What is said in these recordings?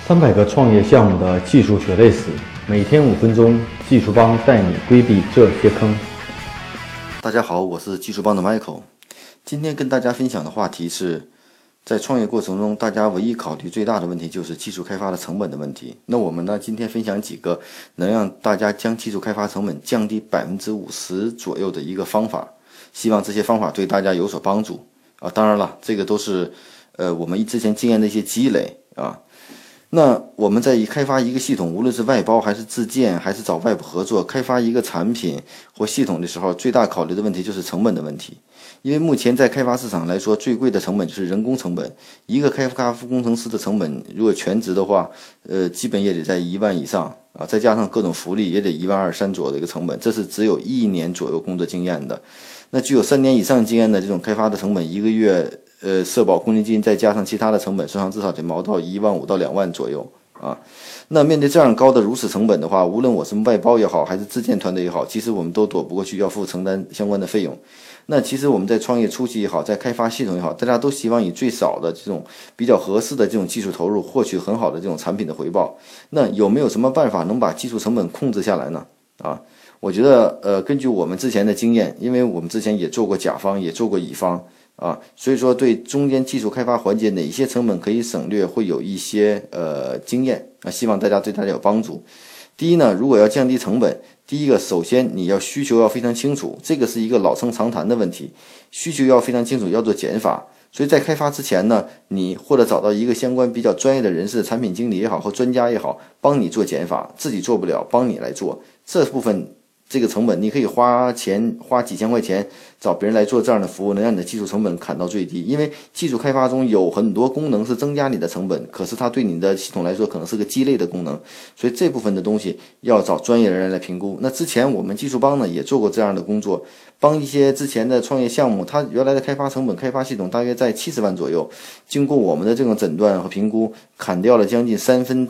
300个创业项目的技术血泪史，每天5分钟，技术帮带你规避这些坑。 大家好，我是技术帮的 Michael。今天跟大家分享的话题是，在创业过程中，大家唯一考虑最大的问题就是技术开发的成本的问题。那我们呢，今天分享几个能让大家将技术开发成本降低50%左右的一个方法，希望这些方法对大家有所帮助啊。当然了，这个都是我们之前经验的一些积累啊。那我们在开发一个系统，无论是外包还是自建，还是找外部合作，开发一个产品或系统的时候，最大考虑的问题就是成本的问题。因为目前在开发市场来说，最贵的成本就是人工成本。一个开发工程师的成本，如果全职的话，基本也得在1万以上啊，再加上各种福利，也得1万2、3左右的一个成本。这是只有1年左右工作经验的。那具有3年以上经验的这种开发的成本，一个月社保公积金再加上其他的成本，实际上至少得毛到1万5到2万左右啊。那面对这样高的如此成本的话，无论我是外包也好，还是自建团队也好，其实我们都躲不过去，要承担相关的费用。那其实我们在创业初期也好，在开发系统也好，大家都希望以最少的这种比较合适的这种技术投入，获取很好的这种产品的回报。那有没有什么办法能把技术成本控制下来呢？啊，我觉得根据我们之前的经验，因为我们之前也做过甲方，也做过乙方啊，所以说对中间技术开发环节哪些成本可以省略，会有一些经验啊，希望对大家有帮助。第一呢，如果要降低成本，第一个首先你需求要非常清楚，这个是一个老生常谈的问题，需求要非常清楚，要做减法。所以在开发之前呢，你或者找到一个相关比较专业的人士，产品经理也好或专家也好，帮你做减法，自己做不了，帮你来做这部分。这个成本你可以花几千块钱找别人来做这样的服务，能让你的技术成本砍到最低。因为技术开发中有很多功能是增加你的成本，可是它对你的系统来说可能是个鸡肋的功能，所以这部分的东西要找专业的人来评估。那之前我们技术帮呢也做过这样的工作，帮一些之前的创业项目，它原来的开发成本开发系统大约在70万左右，经过我们的这种诊断和评估，砍掉了将近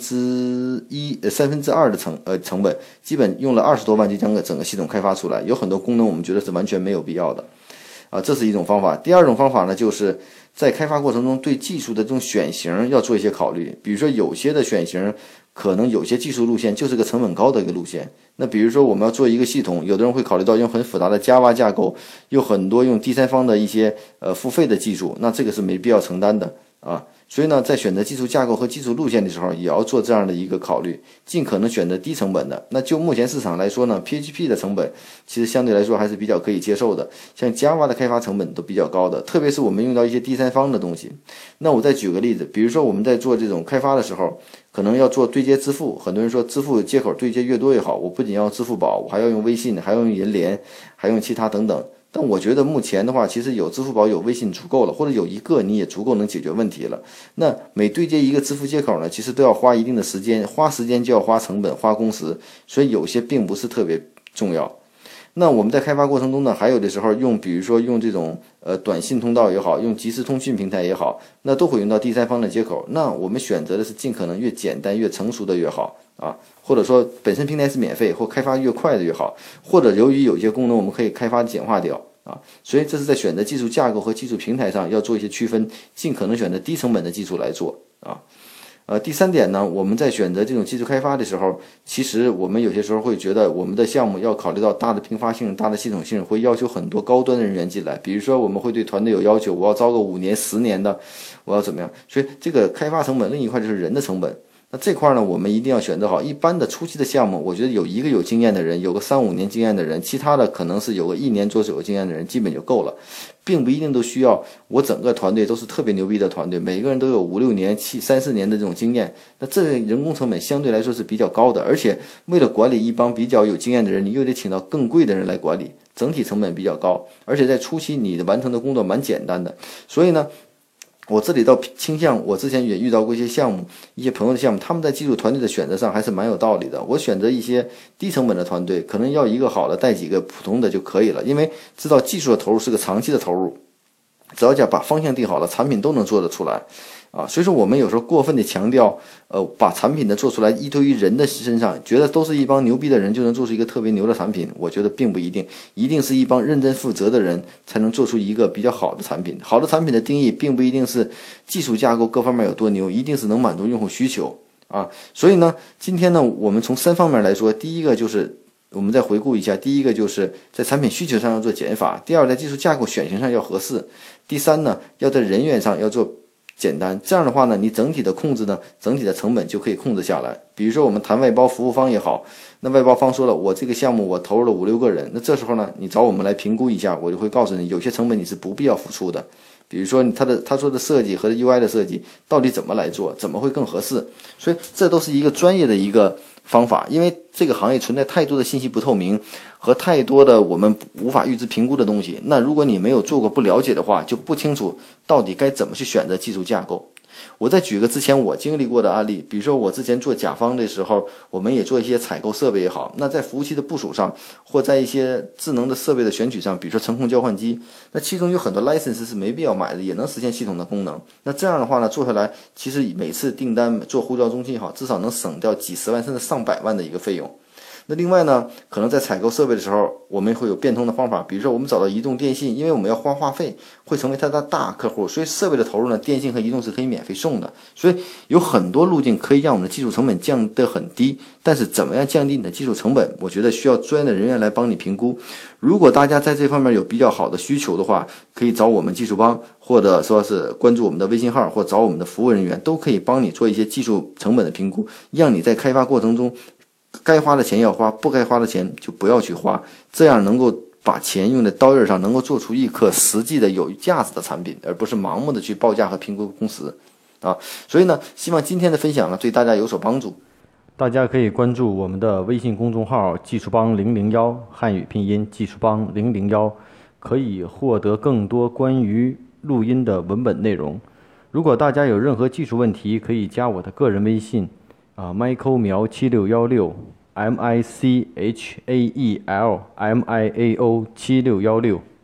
2/3的成本，基本用了20多万就将整个系统开发出来。有很多功能我们觉得是完全没有必要的啊，这是一种方法。第二种方法呢，就是在开发过程中对技术的这种选型要做一些考虑。比如说有些的选型可能有些技术路线就是个成本高的一个路线，那比如说我们要做一个系统，有的人会考虑到用很复杂的 Java 架构，有很多用第三方的一些付费的技术，那这个是没必要承担的啊。所以呢，在选择技术架构和技术路线的时候，也要做这样的一个考虑，尽可能选择低成本的。那就目前市场来说呢 ，PHP 的成本其实相对来说还是比较可以接受的，像 Java 的开发成本都比较高的，特别是我们用到一些第三方的东西。那我再举个例子，比如说我们在做这种开发的时候，可能要做对接支付，很多人说支付接口对接越多越好，我不仅要支付宝，我还要用微信，还要用银联，还用其他等等。但我觉得目前的话，其实有支付宝有微信足够了，或者有一个你也足够能解决问题了。那每对接一个支付接口呢，其实都要花一定的时间，花时间就要花成本花工时，所以有些并不是特别重要。那我们在开发过程中呢，还有的时候比如说用这种短信通道也好，用即时通讯平台也好，那都会用到第三方的接口。那我们选择的是尽可能越简单越成熟的越好啊，或者说本身平台是免费或开发越快的越好，或者由于有些功能我们可以开发简化掉啊，所以这是在选择技术架构和技术平台上要做一些区分，尽可能选择低成本的技术来做啊。第三点呢，我们在选择这种技术开发的时候，其实我们有些时候会觉得我们的项目要考虑到大的频发性、大的系统性，会要求很多高端的人员进来。比如说我们会对团队有要求，我要招个5年、10年的，我要怎么样？所以这个开发成本另一块就是人的成本。那这块呢，我们一定要选择好。一般的初期的项目，我觉得有一个有经验的人，有个3、5年经验的人，其他的可能是有个1年左右经验的人，基本就够了，并不一定都需要我整个团队都是特别牛逼的团队，每个人都有5、6年、3、4年的这种经验。那这个人工成本相对来说是比较高的，而且为了管理一帮比较有经验的人，你又得请到更贵的人来管理，整体成本比较高。而且在初期你完成的工作蛮简单的，所以呢，我这里倒倾向，我之前也遇到过一些项目，一些朋友的项目，他们在技术团队的选择上还是蛮有道理的。我选择一些低成本的团队，可能要一个好的带几个普通的就可以了，因为知道技术的投入是个长期的投入，只要把方向定好了，产品都能做得出来啊。所以说我们有时候过分的强调把产品的做出来依托于人的身上，觉得都是一帮牛逼的人就能做出一个特别牛的产品，我觉得并不一定，一定是一帮认真负责的人才能做出一个比较好的产品。好的产品的定义并不一定是技术架构各方面有多牛，一定是能满足用户需求所以呢，今天呢，我们从3方面来说，第一个就是我们再回顾一下，第一个就是在产品需求上要做减法，第二在技术架构选型上要合适，第三呢，要在人员上要做简单，这样的话呢，你整体的控制呢，整体的成本就可以控制下来。比如说我们谈外包服务方也好，那外包方说了，我这个项目我投入了5、6个人，那这时候呢，你找我们来评估一下，我就会告诉你，有些成本你是不必要付出的。比如说他说的设计和 UI 的设计到底怎么来做，怎么会更合适？所以这都是一个专业的一个方法，因为这个行业存在太多的信息不透明和太多的我们无法预知评估的东西。那如果你没有做过不了解的话，就不清楚到底该怎么去选择技术架构。我再举个之前我经历过的案例，比如说我之前做甲方的时候，我们也做一些采购设备也好，那在服务器的部署上，或在一些智能的设备的选取上，比如说程控交换机，那其中有很多 license 是没必要买的，也能实现系统的功能。那这样的话呢，做下来其实每次订单做呼叫中心也好，至少能省掉几十万甚至上百万的一个费用。那另外呢，可能在采购设备的时候，我们会有变通的方法，比如说我们找到移动电信，因为我们要花话费，会成为它的大客户，所以设备的投入呢，电信和移动是可以免费送的，所以有很多路径可以让我们的技术成本降得很低。但是怎么样降低你的技术成本，我觉得需要专业的人员来帮你评估。如果大家在这方面有比较好的需求的话，可以找我们技术帮，或者说是关注我们的微信号，或找我们的服务人员，都可以帮你做一些技术成本的评估，让你在开发过程中该花的钱要花，不该花的钱就不要去花，这样能够把钱用在刀刃上，能够做出一颗实际的有价值的产品，而不是盲目的去报价和评估公司所以呢，希望今天的分享呢对大家有所帮助。 大家可以关注我们的微信公众号技术帮001，汉语拼音技术帮001，可以获得更多关于录音的文本内容。如果大家有任何技术问题，可以加我的个人微信Michael 苗7616 MICHAEL MIAO 7616。